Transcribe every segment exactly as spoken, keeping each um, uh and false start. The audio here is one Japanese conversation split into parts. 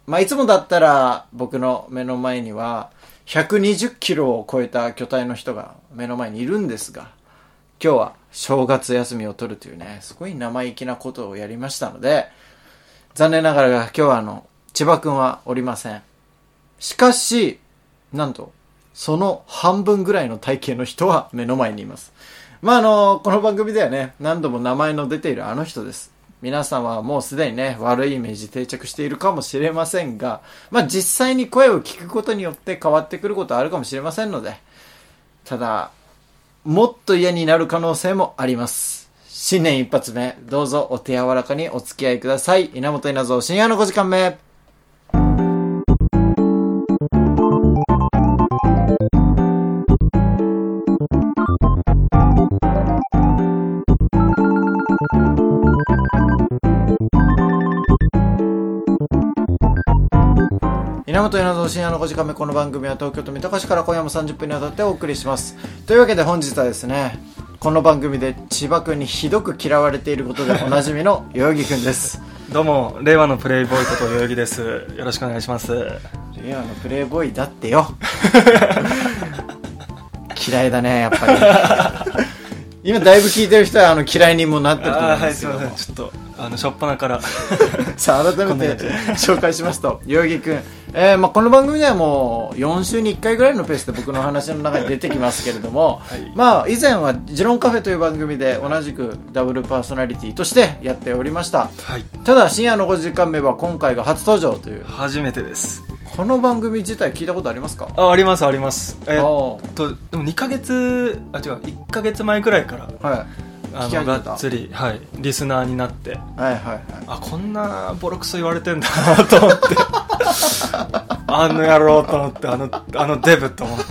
まあいつもだったら僕の目の前にはひゃくにじゅっキロを超えた巨体の人が目の前にいるんですが、今日は正月休みを取るというね、すごい生意気なことをやりましたので、残念ながら今日はあの千葉くんはおりません。しかしなんとその半分ぐらいの体型の人は目の前にいます。まああのこの番組ではね、何度も名前の出ているあの人です。皆さんはもうすでにね、悪いイメージ定着しているかもしれませんが、まあ実際に声を聞くことによって変わってくることはあるかもしれませんので、ただもっと嫌になる可能性もあります。新年一発目、どうぞお手柔らかにお付き合いください。稲本稲造深夜のごじかんめ。稲本稲造深夜のごじかんめ。この番組は東京都三鷹市から今夜もさんじゅっぷんにわたってお送りします。というわけで本日はですね、この番組で千葉くんにひどく嫌われていることでおなじみの代々木くんです。 どうも、令和のプレイボーイこと代々木です。よろしくお願いします。 令和のプレイボーイだってよ。嫌いだね、やっぱり。今だいぶ聞いてる人はあの嫌いにもなってると思うんですけども、 はい、すいません、ちょっとあの初っ端からさあ改めて紹介しますと、代々木くん、えーまあ、この番組ではもうよんしゅうにいっかいぐらいのペースで僕の話の中に出てきますけれども、はい、まあ以前はジロンカフェという番組で同じくダブルパーソナリティとしてやっておりました、はい、ただ深夜のごじかんめは今回が初登場という。 初めてです。 この番組自体聞いたことありますか？ あ、ありますあります。えー、っとでもにかげつあ違ういっかげつまえくらいから、はい、あのがっつり、はい、リスナーになって、はいはいはい、あ、こんなボロクソ言われてんだなと思ってあの野郎と思って、あのあのデブと思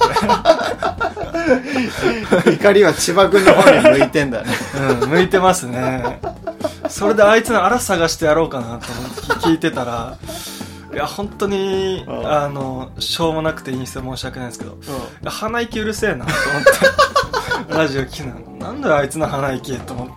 って怒りは千葉君の方に向いてんだね。 うん、向いてますね。それであいつのあら探してやろうかなと思って聞いてたら、いや本当にあのしょうもなくていいんですよ、申し訳ないですけど、鼻息うるせえなと思ってラジオ聞きなの、なんだよあいつの鼻息と思って、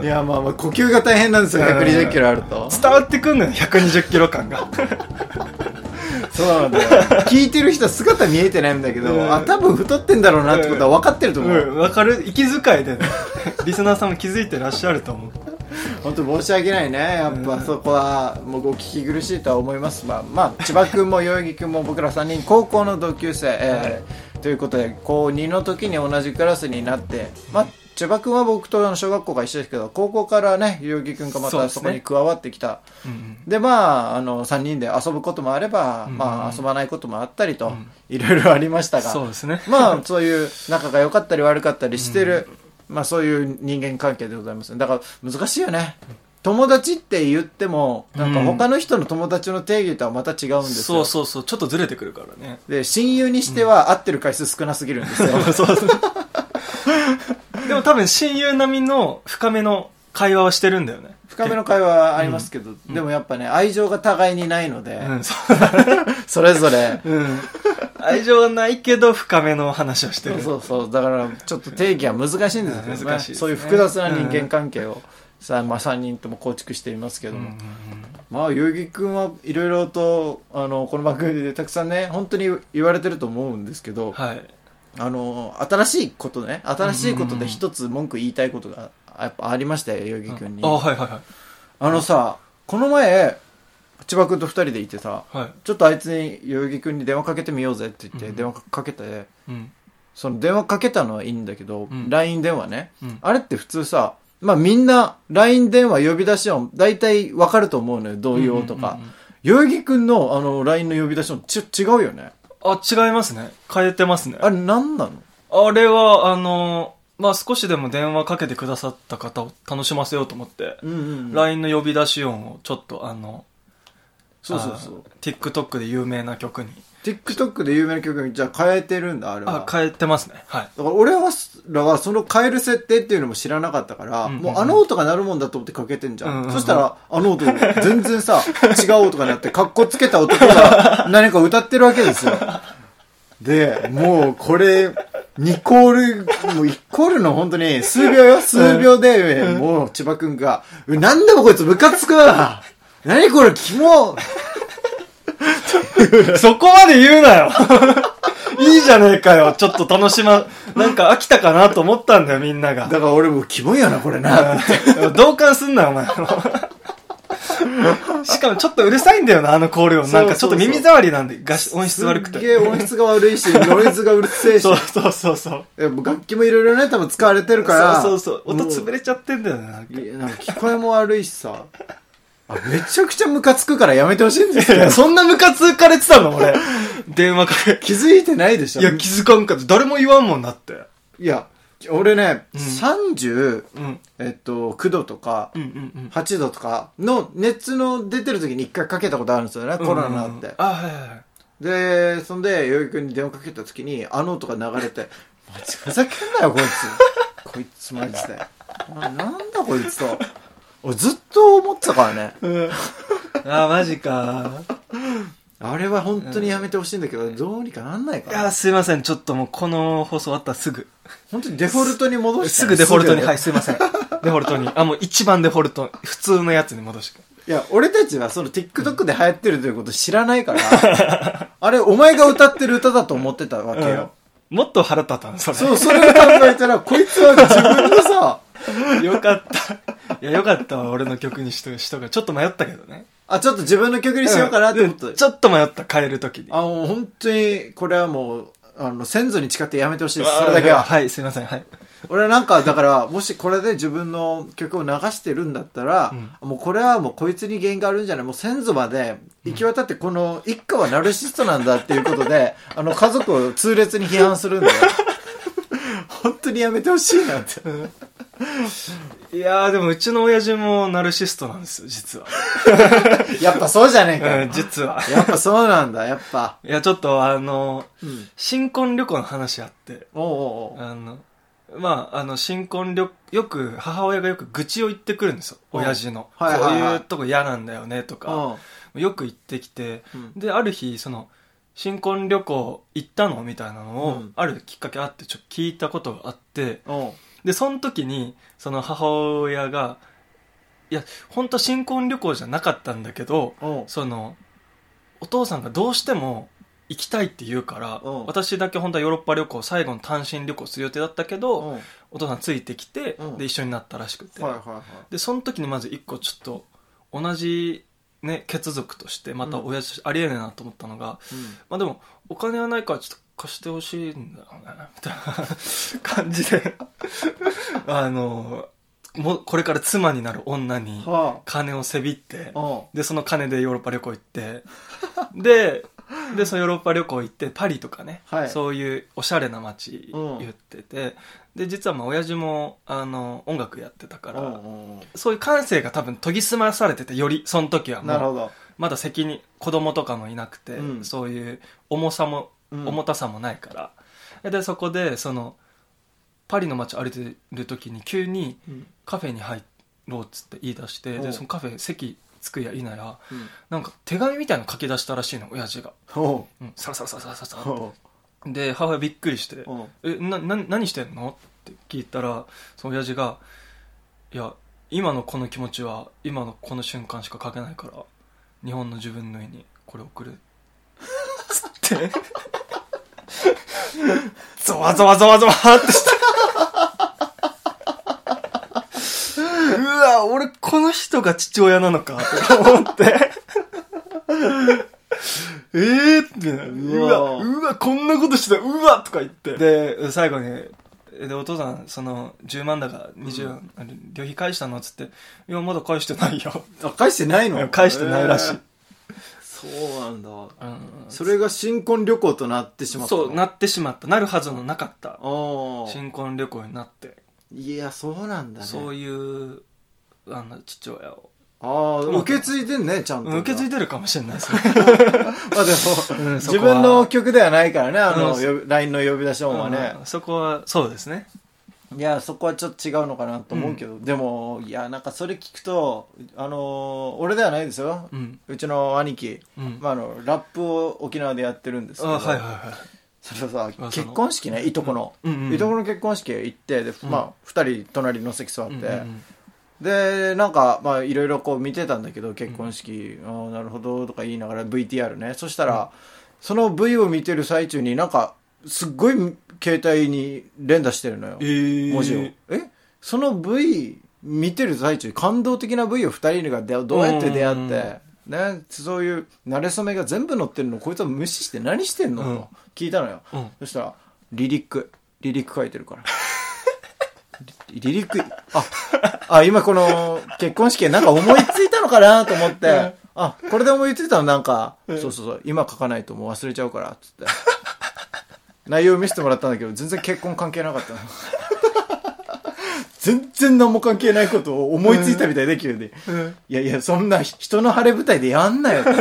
いやまあまあ呼吸が大変なんですよ、ひゃくにじゅっキロあると伝わってくんのよ、ひゃくにじゅっキロ感が。 そうなんだよ。聞いてる人は姿見えてないんだけど、うん、あ多分太ってんだろうなってことは分かってると思う。 うん、分かる、息遣いで、ね、リスナーさんも気づいてらっしゃると思う。 本当申し訳ないね、やっぱそこはもうお聞き苦しいとは思います。まあ、まあ、千葉君も代々木君も僕らさんにん高校の同級生、えー、ということで高にの時に同じクラスになって、まあ千葉君は僕と小学校が一緒ですけど、高校からね代々木君がまたそこに加わってきた。で、ね、うん、でまああのさんにんで遊ぶこともあれば、うん、まあ遊ばないこともあったりと、いろいろありましたが、 そうですね。 まあそういう仲が良かったり悪かったりしてる、うん、まあそういう人間関係でございます。だから難しいよね。友達って言ってもなんか他の人の友達の定義とはまた違うんですよ、 うん、そうそうそう、ちょっとずれてくるからね。 で親友にしては会ってる回数少なすぎるんですよ、うん、そうそうでも多分親友並みの深めの会話はしてるんだよね。 深めの会話はありますけど、うん、でもやっぱね愛情が互いにないので、うん、そ, それぞれ、うん、 愛情はないけど深めの話をしてる。 そうそうそう、だからちょっと定義は難しいんですよね、難しいですね。そういう複雑な人間関係をさ、うん、まあ、さんにんとも構築していますけども、うんうんうん、まあ代々木くんはいろいろとあのこの番組でたくさんね本当に言われてると思うんですけど、はい、あの新しいことね、新しいことで一つ文句言いたいことがやっぱありましたよ、代々木くんに、 うん、あ、はいはいはい、 あのさ、この前千葉くんとふたりでいてさ、はい、ちょっとあいつに代々木くんに電話かけてみようぜって言って電話かけて、うん、その電話かけたのはいいんだけど、うん、ライン 電話ね、うん、あれって普通さ、まあみんな ライン 電話呼び出し音大体わかると思うのよ、どういう音か、うんうんうん、代々木くんのあの ライン の呼び出し音ち違うよね。 あ、違いますね、変えてますね。 あれ何なの？ あれはあのまあ少しでも電話かけてくださった方を楽しませようと思って、うんうんうん、ライン の呼び出し音をちょっとあのそうそうそう TikTok で有名な曲に TikTok で有名な曲にじゃあ変えてるんだ、あれは。 あ、変えてますね。はい。 だから俺らはその変える設定っていうのも知らなかったから、うんうんうん、もうあの音が鳴るもんだと思ってかけてんじゃん、うんうんうん、そしたらあの音全然さ違う音が鳴ってカッコつけた男が何か歌ってるわけですよ。でもうこれにコールもういちコールの本当に数秒よ、数秒で、うん、もう千葉くんがなんでもこいつムカつくわ何これキモそこまで言うなよいいじゃねえかよ。ちょっと楽しま、なんか飽きたかなと思ったんだよ、みんなが。 だから俺もキモいよな、これな。 同感すんなよ、お前。しかもちょっとうるさいんだよな、あの香料。なんかちょっと耳障りなんで、が音質悪くて。 すっげえ音質が悪いし、ノイズがうるせえし。 そうそうそうそう。 楽器もいろいろね、多分使われてるから。 そうそうそう。音潰れちゃってんだよね。なんかなんか聞こえも悪いしさ。あ、めちゃくちゃムカつくからやめてほしいんですよ。 いや、そんなムカつかれてたの俺。電話かけ。 気づいてないでしょ。 いや、気づかんかった。誰も言わんもんだって。 いや、俺ね、 うん、 さんじゅう、 うん、 えっと、きゅうどとか、 うんうんうん、 はちどとかの熱の出てる時に一回かけたことあるんですよね、コロナになって。うんうん、 あ、はいはいはい。 で、そんで、よいくんに電話かけた時に、あの音が流れて、マジふざけんなよ、こいつ。こいつマジで。な, なんだこいつと。俺ずっと思ってたからね。 うん、あ、マジか。 あれは本当にやめてほしいんだけど、うん、どうにかなんないかな。 いや、すいません。ちょっともうこの放送終わったらすぐ。 本当にデフォルトに戻して。 すぐデフォルトに、はい、すいません。デフォルトに。あ、もう一番デフォルト。普通のやつに戻して。 いや、俺たちはその TikTok で流行ってるということ知らないから、あれ、お前が歌ってる歌だと思ってたわけよ。 うん、もっと腹立ったの、それ。 そう、それを考えたら、こいつは自分のさ、 よかった。いや、よかったわ、俺の曲にしと、しとか。ちょっと迷ったけどね。 あ、ちょっと自分の曲にしようかなって思った、 うん、ちょっと迷った、変えるときに。 あ、もう本当に、これはもう、あの、先祖に誓ってやめてほしいです。それだけは。 はい、すいません、はい。 俺なんか、だから、もしこれで自分の曲を流してるんだったら、うん、もうこれはもうこいつに原因があるんじゃない、もう先祖まで行き渡って、この一家はナルシストなんだっていうことで、あの、家族を痛烈に批判するんだよ。本当にやめてほしいなって。 いやーでもうちの親父もナルシストなんですよ、実は。 やっぱそうじゃねえか、 うん、実は。 やっぱそうなんだ、やっぱ。 いや、ちょっとあの、 うん、 新婚旅行の話あって。 おうおうおう、 あの、まあ、あの、新婚旅、よく、母親がよく愚痴を言ってくるんですよ、親父の。はいはいはい、こういうとこ嫌なんだよね、とか。よく言ってきて、うん、で、ある日、その、新婚旅行行ったのみたいなのを、うん、あるきっかけあって、ちょっと聞いたことがあって、で、その時に、その母親が、いや、本当新婚旅行じゃなかったんだけど、その、お父さんがどうしても行きたいって言うから、私だけ本当はヨーロッパ旅行、最後の単身旅行する予定だったけど、お父さんついてきて、で、一緒になったらしくて。はいはいはい、で、その時にまず一個ちょっと、同じ、ね、血族として、また親父、うん、ありえねえなと思ったのが、うん、まあでも、お金はないからちょっと貸してほしいんだよね、みたいな感じで、あの、もうこれから妻になる女に金をせびって、はあ、で、その金でヨーロッパ旅行行って、で、で、そのヨーロッパ旅行行って、パリとかね、はい、そういうおしゃれな街言ってて、うん、で、実はまあ親父も、あの、音楽やってたから、うんうん、そういう感性が多分研ぎ澄まされてて、より、その時はもう、なるほど、まだ責任、子供とかもいなくて、うん、そういう重さも、うん、重たさもないから。で、そこで、その、パリの街歩いてる時に急にカフェに入ろうっつって言い出して、うん、で、そのカフェ席着くやいなや、うん、なんか手紙みたいなの書き出したらしいの、親父が。うん、サラサラサラサラサラって。で、母親びっくりして、え、な、な、何してんのって聞いたら、その親父が、いや、今のこの気持ちは、今のこの瞬間しか書けないから、日本の自分の家にこれ送る。つって、ゾワゾワゾワゾワってして、うわ、俺この人が父親なのかと思って。えーって、うわ、うわ、こんなことしてた、うわとか言って。で、最後に、で、お父さん、その、じゅうまんだかにじゅう、うん、旅費返したのつって、いや、まだ返してないよ。 あ、返してないの？ 返してないらしい。 そうなんだ、うん。それが新婚旅行となってしまったの？ そう、なってしまった。なるはずのなかった。新婚旅行になって。 いや、そうなんだね。 そういう、あの、父親を。 ああ、受け継いでんね、ちゃんと。 受け継いでるかもしれないですね。 まあでも、うん、自分の曲ではないからね、あの、うん、ライン の呼び出し音はね、 うん。そこは、そうですね。 いや、そこはちょっと違うのかなと思うけど、うん、でも、いや、なんかそれ聞くと、あのー、俺ではないですよ。うん、うちの兄貴、うん、まあ、あの、ラップを沖縄でやってるんですけど、あ、はいはいはい。それさ、結婚式ね、いとこの、うんうんうん、いとこの結婚式行って、で、まあ、二人隣の席座って、うんうんうん、 でなんかまあいろいろこう見てたんだけど結婚式、うん、ああなるほどとか言いながら ブイティーアール ね。そしたら、うん、その V を見てる最中になんかすっごい携帯に連打してるのよ、 えー、 文字を。えその V 見てる最中感動的な V をふたりがどうやって出会ってね、そういう馴れ初めが全部載ってるのこいつは無視して何してんの、うん、と聞いたのよ、うん、そしたらリリックリリック書いてるからリリックああ今この結婚式でなんか思いついたのかなと思って、うん、あこれで思いついたのなんか、うん、そうそうそう今書かないともう忘れちゃうからつって内容見せてもらったんだけど全然結婚関係なかったの全然何も関係ないことを思いついたみたいで急に、うん、いやいやそんな人の晴れ舞台でやんなよ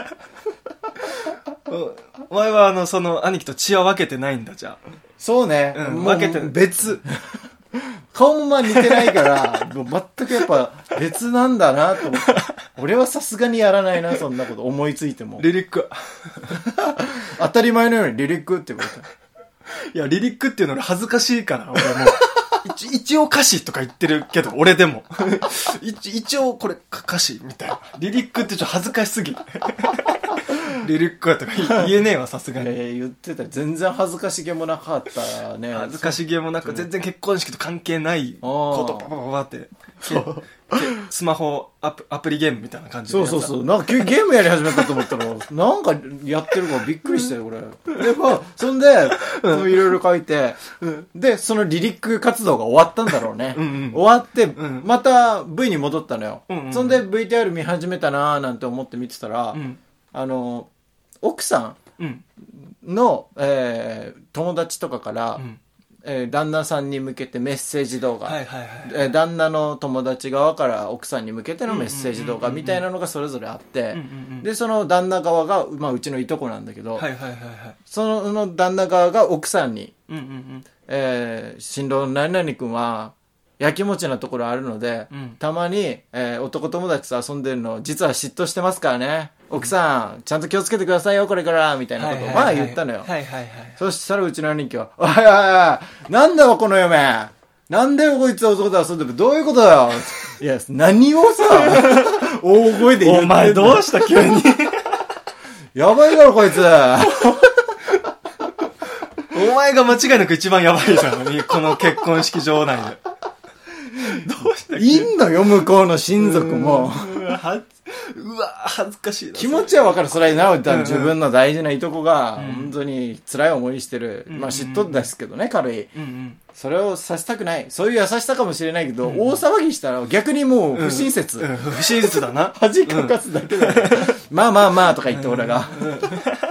お前はあのその兄貴と血は分けてないんだじゃあ。 そうね、うん、分けて別顔もまあ似てないからもう全くやっぱ別なんだなと思って俺はさすがにやらないなそんなこと思いついても。 リリック当たり前のようにリリックって言われた。 いやリリックっていうの俺恥ずかしいから俺も一, 一応歌詞とか言ってるけど俺でも一, 一応これ歌詞みたいなリリックってちょっと恥ずかしすぎリリックとか言えねえわさすがに、 えー、言ってた全然恥ずかしげもなかったね。 恥ずかしげもなく全然結婚式と関係ないことパパパパってスマホア プ, アプリゲームみたいな感じで。 そうそうそうなんかゲームやり始めたと思ったらなんかやってるからびっくりしたよこれで、まあ、そんでいろいろ書いて、うん、でそのリリック活動が終わったんだろうねうん、うん、終わって、うん、また V に戻ったのよ、うんうん、そんで ブイティーアール 見始めたなーなんて思って見てたら、うん、あの奥さんの、うんえー、友達とかから、うんえー、旦那さんに向けてメッセージ動画、はいはいはいえー、旦那の友達側から奥さんに向けてのメッセージ動画みたいなのがそれぞれあって、うんうんうんうん、でその旦那側が、まあ、うちのいとこなんだけど、はいはいはいはい、その旦那側が奥さんに、うんうんうんえー、新郎の何々君はやきもちなところあるので、うん、たまに、えー、男友達と遊んでるの実は嫉妬してますからね奥さんちゃんと気をつけてくださいよこれからみたいなことをまあ言ったのよ、はいはいはい、そしたらうちの兄貴はおいおいおいなんだよこの嫁なんでこいつ男と遊んでるどういうことだよいや何をさ大声で言ってんのお前どうした急にやばいだろこいつお前が間違いなく一番やばいじゃんこの結婚式場内でどうしたいんのよ向こうの親族もうわうわ恥ずかしい気持ちは分かるそれはな自分の大事ないとこが本当に辛い思いしてる、うん、まあ嫉妬ですけどね軽い、うんうん、それをさせたくないそういう優しさかもしれないけど、うん、大騒ぎしたら逆にもう不親切、 うんうん、不親切だな恥かかすだけだよ、うん、まあまあまあとか言って俺が、うんうん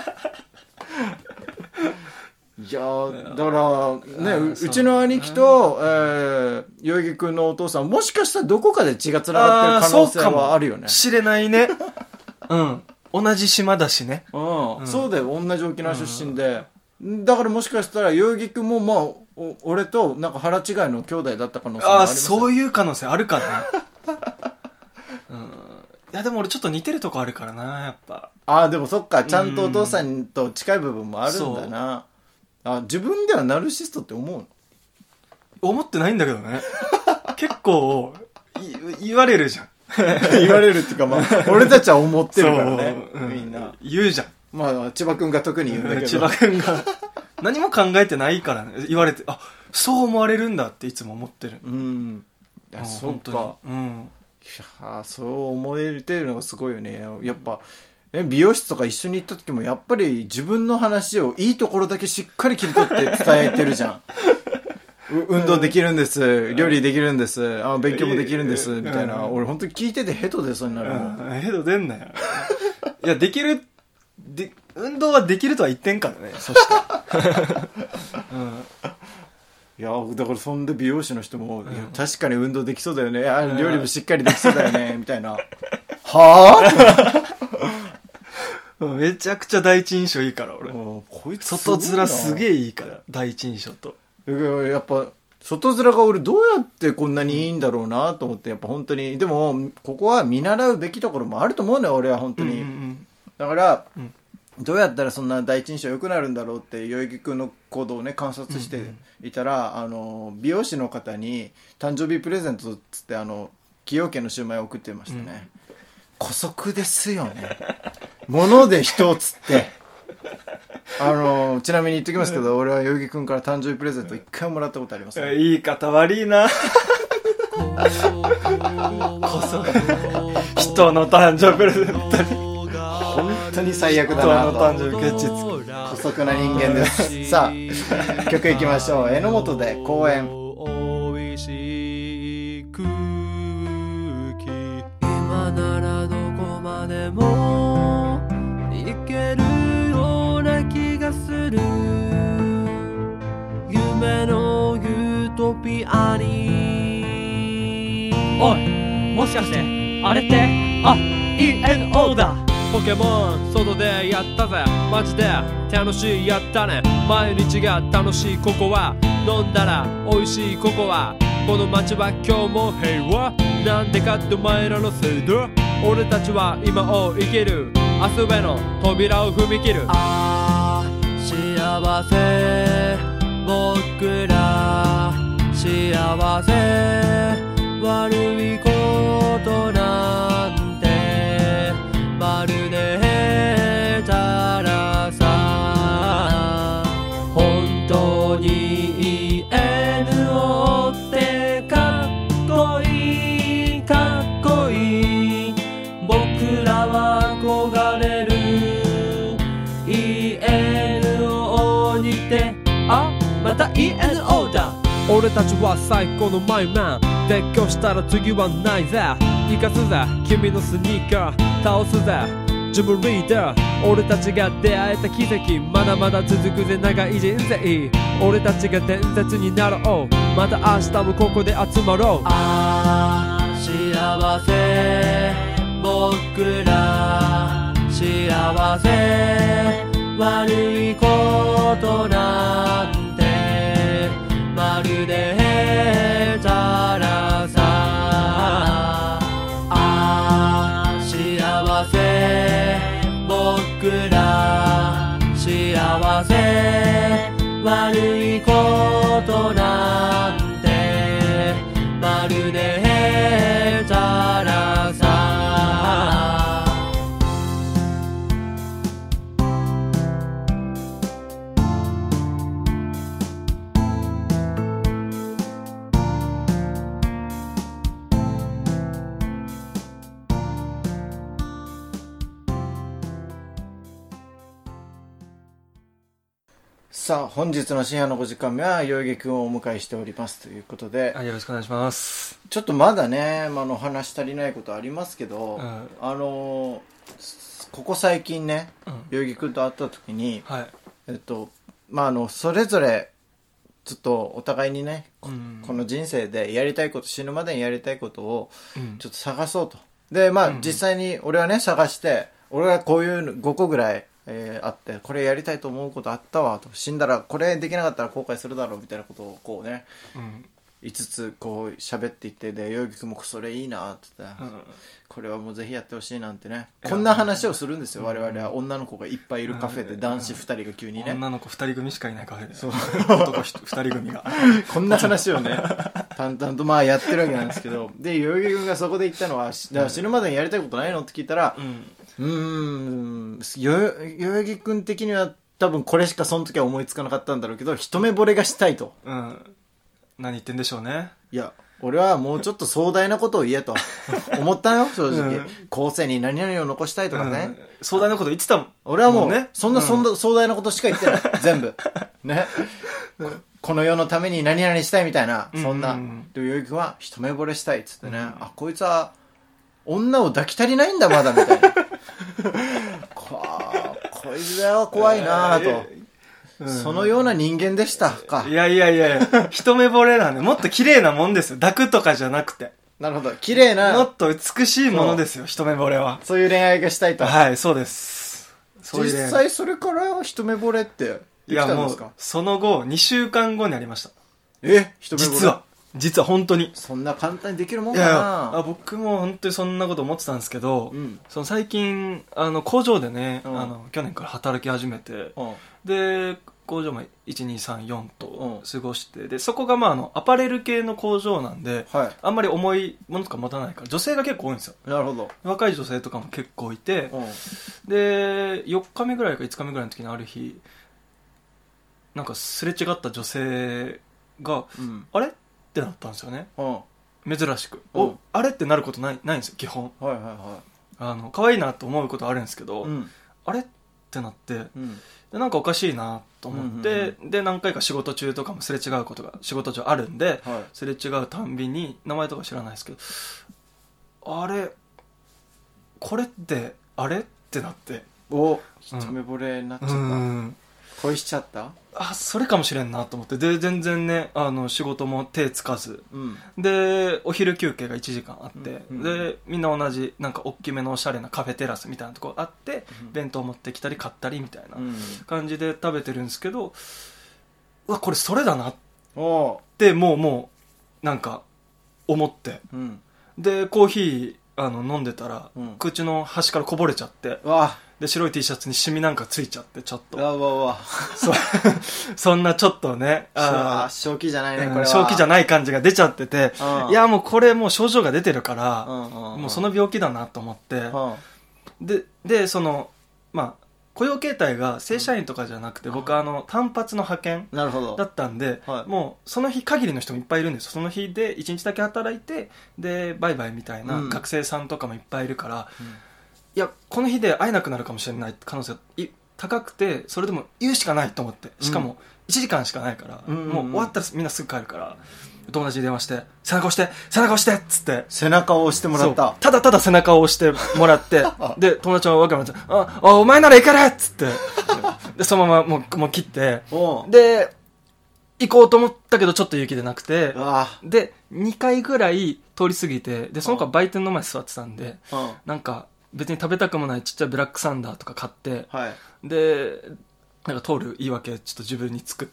いやだからね う, うちの兄貴と、えー、代々木くんのお父さんもしかしたらどこかで血がつながってる可能性はあるよね知れないねうん同じ島だしね、 うんうん、そうだよ同じ沖縄出身で、うん、だからもしかしたら代々木くんもまあ俺となんか腹違いの兄弟だった可能性もあります。あそういう可能性あるかな、うん、いやでも俺ちょっと似てるとこあるからなやっぱあでもそっかちゃんとお父さんと近い部分もあるんだな、あ自分ではナルシストって思うの？ 思ってないんだけどね結構言われるじゃん言われるっていうかまあ俺たちは思ってるからね、 うん、みんな言うじゃんまあ千葉くんが特に言うんだけど千葉くんが何も考えてないから、ね、言われてあそう思われるんだっていつも思ってるうんいやそうかうんいやそう思えてるのがすごいよねやっぱ美容室とか一緒に行った時もやっぱり自分の話をいいところだけしっかり切り取って伝えてるじゃん運動できるんです料理できるんですあ勉強もできるんですみたいな俺本当に聞いててヘド出そうになるもんヘド出んなよいやできるで運動はできるとは言ってんからねそして、 うん、いやだからそんで美容師の人も、うん、いや確かに運動できそうだよねあ料理もしっかりできそうだよねみたいなはぁめちゃくちゃ第一印象いいから俺こいつ外面すげえいいから第一印象とやっぱ外面が俺どうやってこんなにいいんだろうなと思ってやっぱ本当にでもここは見習うべきところもあると思うのよ俺は本当に、うんうんうん、だから、うん、どうやったらそんな第一印象良くなるんだろうって代々木くんの行動をね観察していたら、うんうん、あの美容師の方に誕生日プレゼントっつってあの崎陽軒のシューマイを送ってましたね、うん、姑息ですよね物で人を釣ってあのちなみに言っときますけど、俺は代々木くんから誕生日プレゼント一回もらったことあります、ね、 言い方悪いなこそ人の誕生日プレゼントに本当に最悪だなと。 人の誕生日ケチつく姑息な人間ですさあ曲いきましょう。榎本で公園。 今ならどこまでも行けるような気がする。夢のユートピアに。 おい、もしかしてあれってあ イーエヌオー だ。ポケモン外でやったぜ、マジで楽しいやったね。毎日が楽しいここは、飲んだら美味しいここは、この街は今日も平和。なんでかってお前らのせいだ。俺たちは今を生きる、明日への扉を踏み切る。 ああ幸せ僕ら幸せ、悪いことなんてまるでたらさ。本当に イーエヌオー ってかっこいいかっこいい。僕らは憧れる イーエヌオー にて、あまた イーエヌオー だ。 俺たちは最高のマイマン、絶叫したら次はないぜ。生かすぜ君のスニーカー、倒すぜ自分リーダー。俺たちが出会えた奇跡、まだまだ続くぜ長い人生。俺たちが伝説になろう、また明日もここで集まろう。 ああ幸せ僕ら幸せ、悪いことなんてまるでたらさ。ああ幸せ僕ら幸せ、悪いことなんてまるでたらさ。 さあ本日の深夜のご時間目は代々木くんをお迎えしておりますということで、 はい、よろしくお願いします。 ちょっとまだね、まあ、の話足りないことありますけど、 うん、 あのここ最近ね、 うん、 代々木くんと会った時に、 はい、 えっとまああのそれぞれちょっとお互いにね、 うん、 この人生でやりたいこと、死ぬまでにやりたいことをちょっと探そうと。でまあ、うん、実際に俺はね探して、俺はこういうごこぐらいえー、あって、これやりたいと思うことあったわと、死んだらこれできなかったら後悔するだろうみたいなことをこうね、うん、いつつこう喋っていって、で代々木くんもそれいいなって言って、うん、これはもうぜひやってほしいなんてね、こんな話をするんですよ、我々は。女の子がいっぱいいるカフェで男子ふたりが急にね、 女の子ふたり組しかいないカフェで、 そう男ふたり組がこんな話をね淡々とまあやってるわけなんですけど、で代々木くんがそこで言ったのは、だから死ぬまでにやりたいことないのって聞いたら、うんうーん、代々木くん的には多分これしかその時は思いつかなかったんだろうけど、一目惚れがしたいと。 うん。何言ってんでしょうね。 いや、俺はもうちょっと壮大なことを言えと思ったよ、正直。うん、後世に何々を残したいとかね。うん、 壮大なこと言ってたもん。 俺はもう、ね、そんな、そんな壮大なことしか言ってない。全部。ね。うん、この世のために何々したいみたいな、そんな。代々木くんは一目惚れしたいっつってね。うん、あ、こいつは女を抱き足りないんだまだみたいな。こ, こいつは怖いなぁと、うん、そのような人間でしたか。 いやいやいや一目惚れなんで、もっと綺麗なもんですよ。抱くとかじゃなくて。 なるほど、綺麗な、 もっと美しいものですよ、一目惚れは。 そういう恋愛がしたいと。 はい、そうです。 そういう実際それから一目惚れってできたんですか？ いやもうその後にしゅうかんごにありました。 え、一目惚れ？ 実は実は本当にそんな簡単にできるもんかな。 いやいや、あ、僕も本当にそんなこと思ってたんですけど、うん、その最近あの工場でね、うん、あの去年から働き始めて、うん、で工場もいちにさんよんと過ごして、うん、でそこがまああのアパレル系の工場なんで、はい、あんまり重いものとか持たないから女性が結構多いんですよ。 なるほど。 若い女性とかも結構いて、うん、でよっかめぐらいかいつかめぐらいの時にある日なんかすれ違った女性が、うん、あれってなったんですよね、うん、珍しく、うん、おあれってなることないないんですよ基本、はいはいはい、あの可愛いなと思うことはあるんですけど、うん、あれってなって、うん、でなんかおかしいなと思って、うんうんうん、で何回か仕事中とかもすれ違うことが仕事中あるんで、はい、すれ違うたんびに名前とか知らないですけどあれこれってあれってなってお一目惚れになっちゃった、うん、恋しちゃった。 あそれかもしれんなと思ってで全然ねあの仕事も手つかず、うん、でお昼休憩がいちじかんあって、うんうん、でみんな同じなんか大きめのおしゃれなカフェテラスみたいなところあって、うん、弁当持ってきたり買ったりみたいな感じで食べてるんですけど、うわこれそれだなってもうもうなんか思って、うん、でコーヒーあの飲んでたら、うん、口の端からこぼれちゃって、うわで白い T シャツにシミなんかついちゃってちょっとわわわ そ, そんなちょっとねあ正気じゃないねこれは正気じゃない感じが出ちゃってて、うん、いやもうこれもう症状が出てるから、うんうんうん、もうその病気だなと思って、うん、で, でそのまあ雇用形態が正社員とかじゃなくて、うん、僕はあの単発の派遣だったんで、はい、もうその日限りの人もいっぱいいるんですよ。その日でいちにちだけ働いてでバイバイみたいな学生さんとかもいっぱいいるから、うん、いやこの日で会えなくなるかもしれない可能性が高くてそれでも言うしかないと思ってしかもいちじかんしかないから、うん、もう終わったらみんなすぐ帰るから友達に電話して背中押して背中押してっつって背中を押してもらった。 ただただ背中を押してもらってで友達もわけわかんないああお前なら行けるっつってでそのままもう、もう切ってで行こうと思ったけどちょっと勇気でなくてでにかいぐらい通り過ぎてでその子は売店の前座ってたんでなんか別に食べたくもないちっちゃいブラックサンダーとか買って、はい、でなんか通る言い訳ちょっと自分に作って、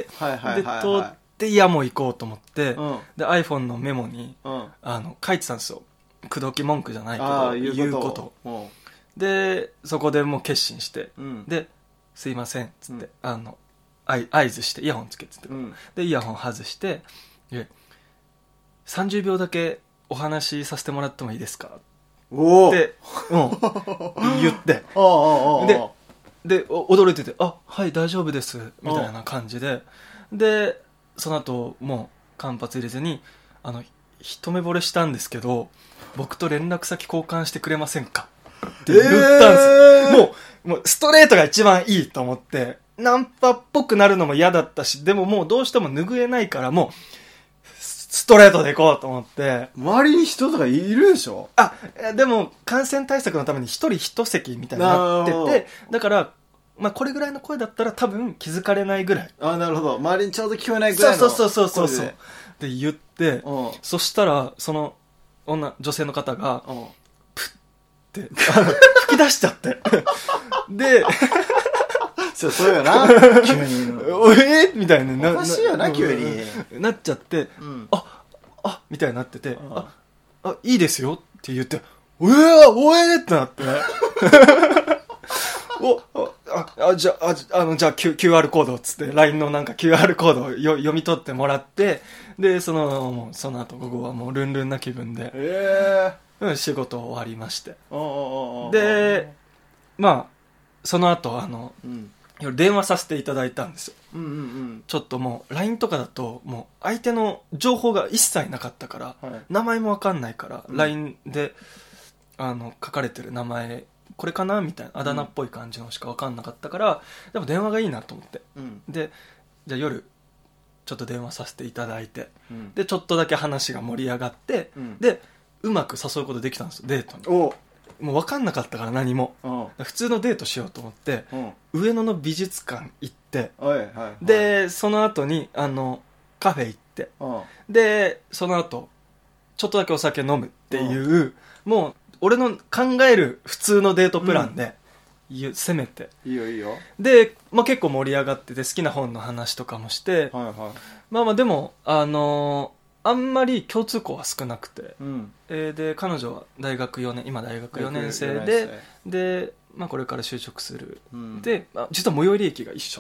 はいはいはいはい、で通っていやもう行こうと思って、うん、で iPhone のメモに、うん、あの書いてたんですよ。口説き文句じゃないけど言うことをでそこでもう決心して、うん、ですいませんっつって、うん、あの合図してイヤホンつけてて、うん、でイヤホン外してでさんじゅうびょうだけお話しさせてもらってもいいですかおって、うん、言ってでで驚いててあはい大丈夫ですみたいな感じででその後もう間髪入れずにあの一目惚れしたんですけど僕と連絡先交換してくれませんかって言ったんですよ、えー、もう、もうストレートが一番いいと思ってナンパっぽくなるのも嫌だったしでももうどうしても拭えないからもうストレートで行こうと思って周りに人とかいるでしょ。 あでも感染対策のために一人一席みたいになっててだからまあ、これぐらいの声だったら多分気づかれないぐらい。 あなるほど周りにちょうど聞こえないぐらいのそうそうそうそうそうで言ってそしたらその女女性の方がプッて吹き出しちゃってでそうそうよな急におえー、みたいなおかしいよな急になっちゃって、うん、ああみたいになっててああいいですよって言ってうわおえーってなっておああじゃああのじゃあ、Q、キューアール コードっつって ライン のなんか キューアール コードをよ読み取ってもらってでそのもうその後午後はもうルンルンな気分で、えーうん、仕事終わりましてでまあその後あの、うん、電話させていただいたんですよ、うんうんうん、ちょっともう ライン とかだともう相手の情報が一切なかったから、はい、名前も分かんないから、うん、ライン であの書かれてる名前これかなみたいなあだ名っぽい感じのしか分かんなかったから、うん、でも電話がいいなと思って、うん、でじゃあ夜ちょっと電話させていただいて、うん、でちょっとだけ話が盛り上がって、うん、でうまく誘うことできたんですよデートにおもう分かんなかったから何も普通のデートしようと思って上野の美術館行ってはいはいはい、でその後にあのカフェ行ってでその後ちょっとだけお酒飲むっていうもう俺の考える普通のデートプランで、うん、攻めていいよいいよで、まあ、結構盛り上がってて好きな本の話とかもして、はいはい、まあまあでもあのー、あんまり共通項は少なくて、うんえー、で彼女は大学よねん今大学よねん生でで、まあ、これから就職する、うん、で、まあ、実は最寄り駅が一緒だと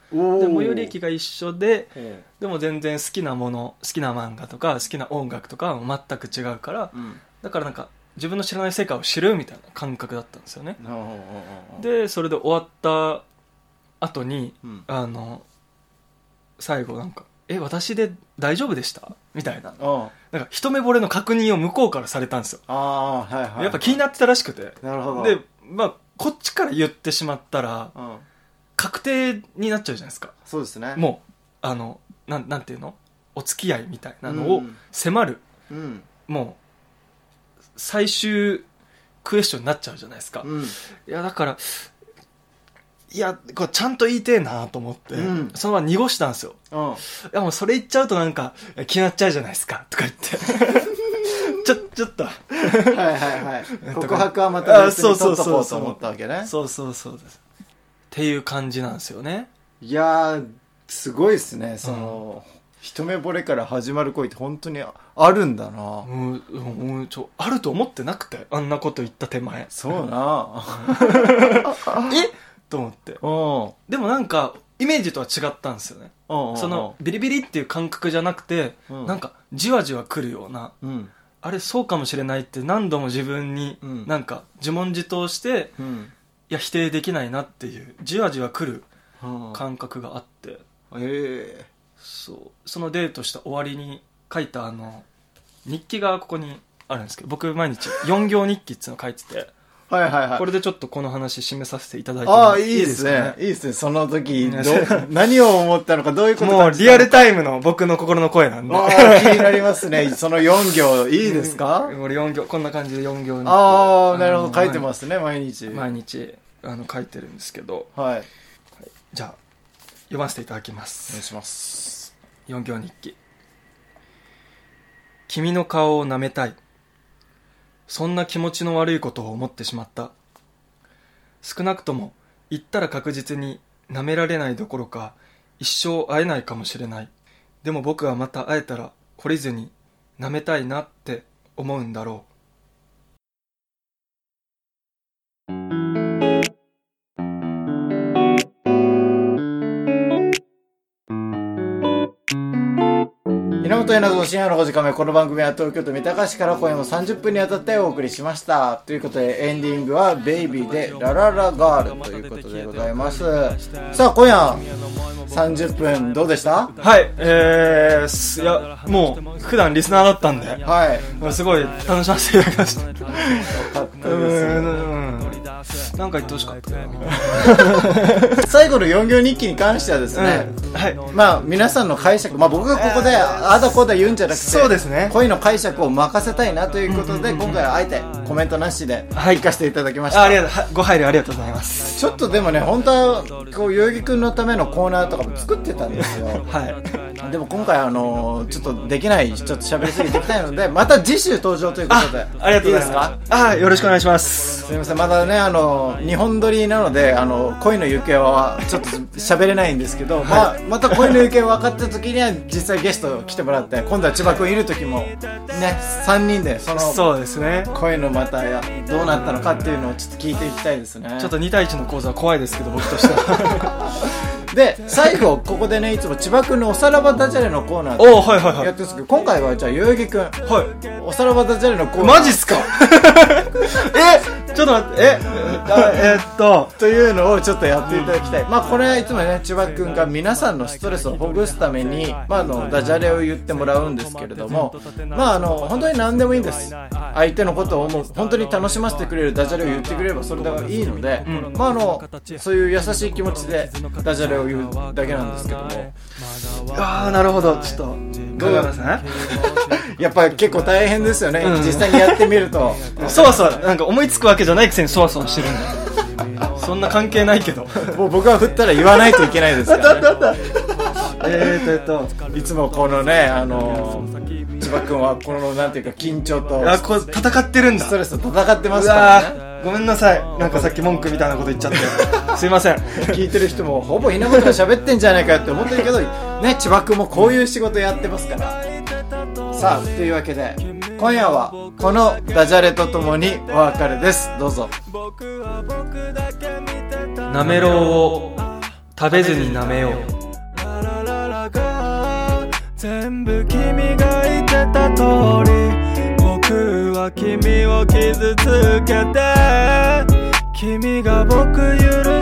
おーで最寄り駅が一緒でうんでも全然好きなもの好きな漫画とか好きな音楽とかは全く違うからうんだからなんか自分の知らない世界を知るみたいな感覚だったんですよね。 おーおーおーでそれで終わった後にうんあの最後なんかえ私で大丈夫でしたみたいなあなんか一目惚れの確認を向こうからされたんですよ。 あーはいはいやっぱ気になってたらしくてなるほどでまあこっちから言ってしまったらうん確定になっちゃうじゃないですか。 そうですねもうあのなんなんていうのお付き合いみたいなのをうん迫る、 うんもう最終クエスチョンになっちゃうじゃないですか、 うんいやだからいやこれちゃんと言いてえなと思って、 うんそのまま濁したんですよ。 うんいやもうそれ言っちゃうとなんか決まっちゃうじゃないですかとか言ってちょちょっとはいはいはい告白はまた別に取っとこうと思ったわけねそうそうそうですっていう感じなんですよね。 いやーすごいですねその、うん、一目惚れから始まる恋って本当にあるんだなうんうんちょあると思ってなくてあんなこと言った手前そうなえと思ってうんでもなんかイメージとは違ったんですよね。 うんそのビリビリっていう感覚じゃなくて、 うんなんかじわじわ来るような、 うんあれそうかもしれないって何度も自分にうんなんか自問自答して、 うんいや否定できないなっていうじわじわ来るうん感覚があって、 えそうそのデートした終わりに書いたあの日記がここにあるんですけど僕毎日よん行日記っていうのを書いててー、はいはいはいこれでちょっとこの話締めさせていただいてああいいですねかいいですねその時ど何を思ったのかどういうこともうリアルタイムの僕の心の声なんでああ気になりますねそのよん行いいですか俺よん行こんな感じでよん行にああなるほど書いてますね毎日毎日あの書いてるんですけどはいじゃあ読ませていただきまお願いす。 しますよん行日記。君の顔を舐めたい。そんな気持ちの悪いことを思ってしまった。少なくとも言ったら確実に舐められないどころか一生会えないかもしれない。でも僕はまた会えたら懲りずに舐めたいなって思うんだろう。 稲本稲造深夜のごじかめこの番組は東京都三鷹市から今夜もさんじゅっぷんにわたってお送りしましたということでエンディングはベイビーでラララガールということでございます。さあ今夜さんじゅっぷんどうでした？ はい、えーす、いや、もう普段リスナーだったんで、 はいすごい楽しませていただきました。 よかったうですーんなんか言ってほしかったな。 最後のよん行日記に関してはですね、 うんはいまあ皆さんの解釈、まあ僕がここであだこだ言うんじゃなくて、 そうですね恋の解釈を任せたいなということで、今回はあえてコメントなしではい行かせていただきました。 あありがとうはご配慮ありがとうございます。 ちょっとでもね、本当はこう代々木くんのためのコーナーとかも作ってたんですよ。 はいでも今回あのちょっとできない、ちょっと喋りすぎてきないので、また次週登場ということで、 あありがとうございます。 いいですか？ あよろしくお願いします。 すみません、まだね、あの日本撮りなので、あの恋の行方はちょっと喋れないんですけど、まあ、また恋の行方分かった時には実際ゲスト来てもらって、今度は千葉君いる時もねさんにんでそのそうですね。 恋のまたやどうなったのかっていうのをちょっと聞いていきたいですね。 ちょっとに対いちの講座は怖いですけど僕としては。 で最後ここでね、いつも千葉君のおさらばダジャレのコーナーおはいはいはいやってるんですけど、今回はじゃあ代々木君はいおさらばダジャレのコーナーマジっすか？えちょっと待ってえあえー、っとというのをちょっとやっていただきたい。まあこれはいつもね、千葉くんが皆さんのストレスをほぐすために、まああのダジャレを言ってもらうんですけれども、まああの本当に何でもいいんです。相手のことを思う、本当に楽しませてくれるダジャレを言ってくれればそれでいいので、うん、まああのそういう優しい気持ちでダジャレを言うだけなんですけども。 ああなるほど、ちょっとどうですね。 やっぱり結構大変ですよね、うん、実際にやってみると。 そわそわなんか思いつくわけじゃないくせにそわそわしてるんだ。そんな関係ないけど。 もう僕が振ったら言わないといけないですから、ね。 あったあったあった。えーとえっといつもこのね、あのー、千葉君はこのなんていうか緊張とあこう戦ってるんだ。 ストレスと戦ってますからね。 ごめんなさい、なんかさっき文句みたいなこと言っちゃってすいません。 聞いてる人もほぼ稲本が喋ってんじゃないかって思ってるけどね、千葉君もこういう仕事やってますから。さあというわけで今夜はこのダジャレとともにお別れです。どうぞ。 なめろうを食べずに舐めよう。 ララララが全部君が言ってた通り、僕は君を傷つけて、君が僕許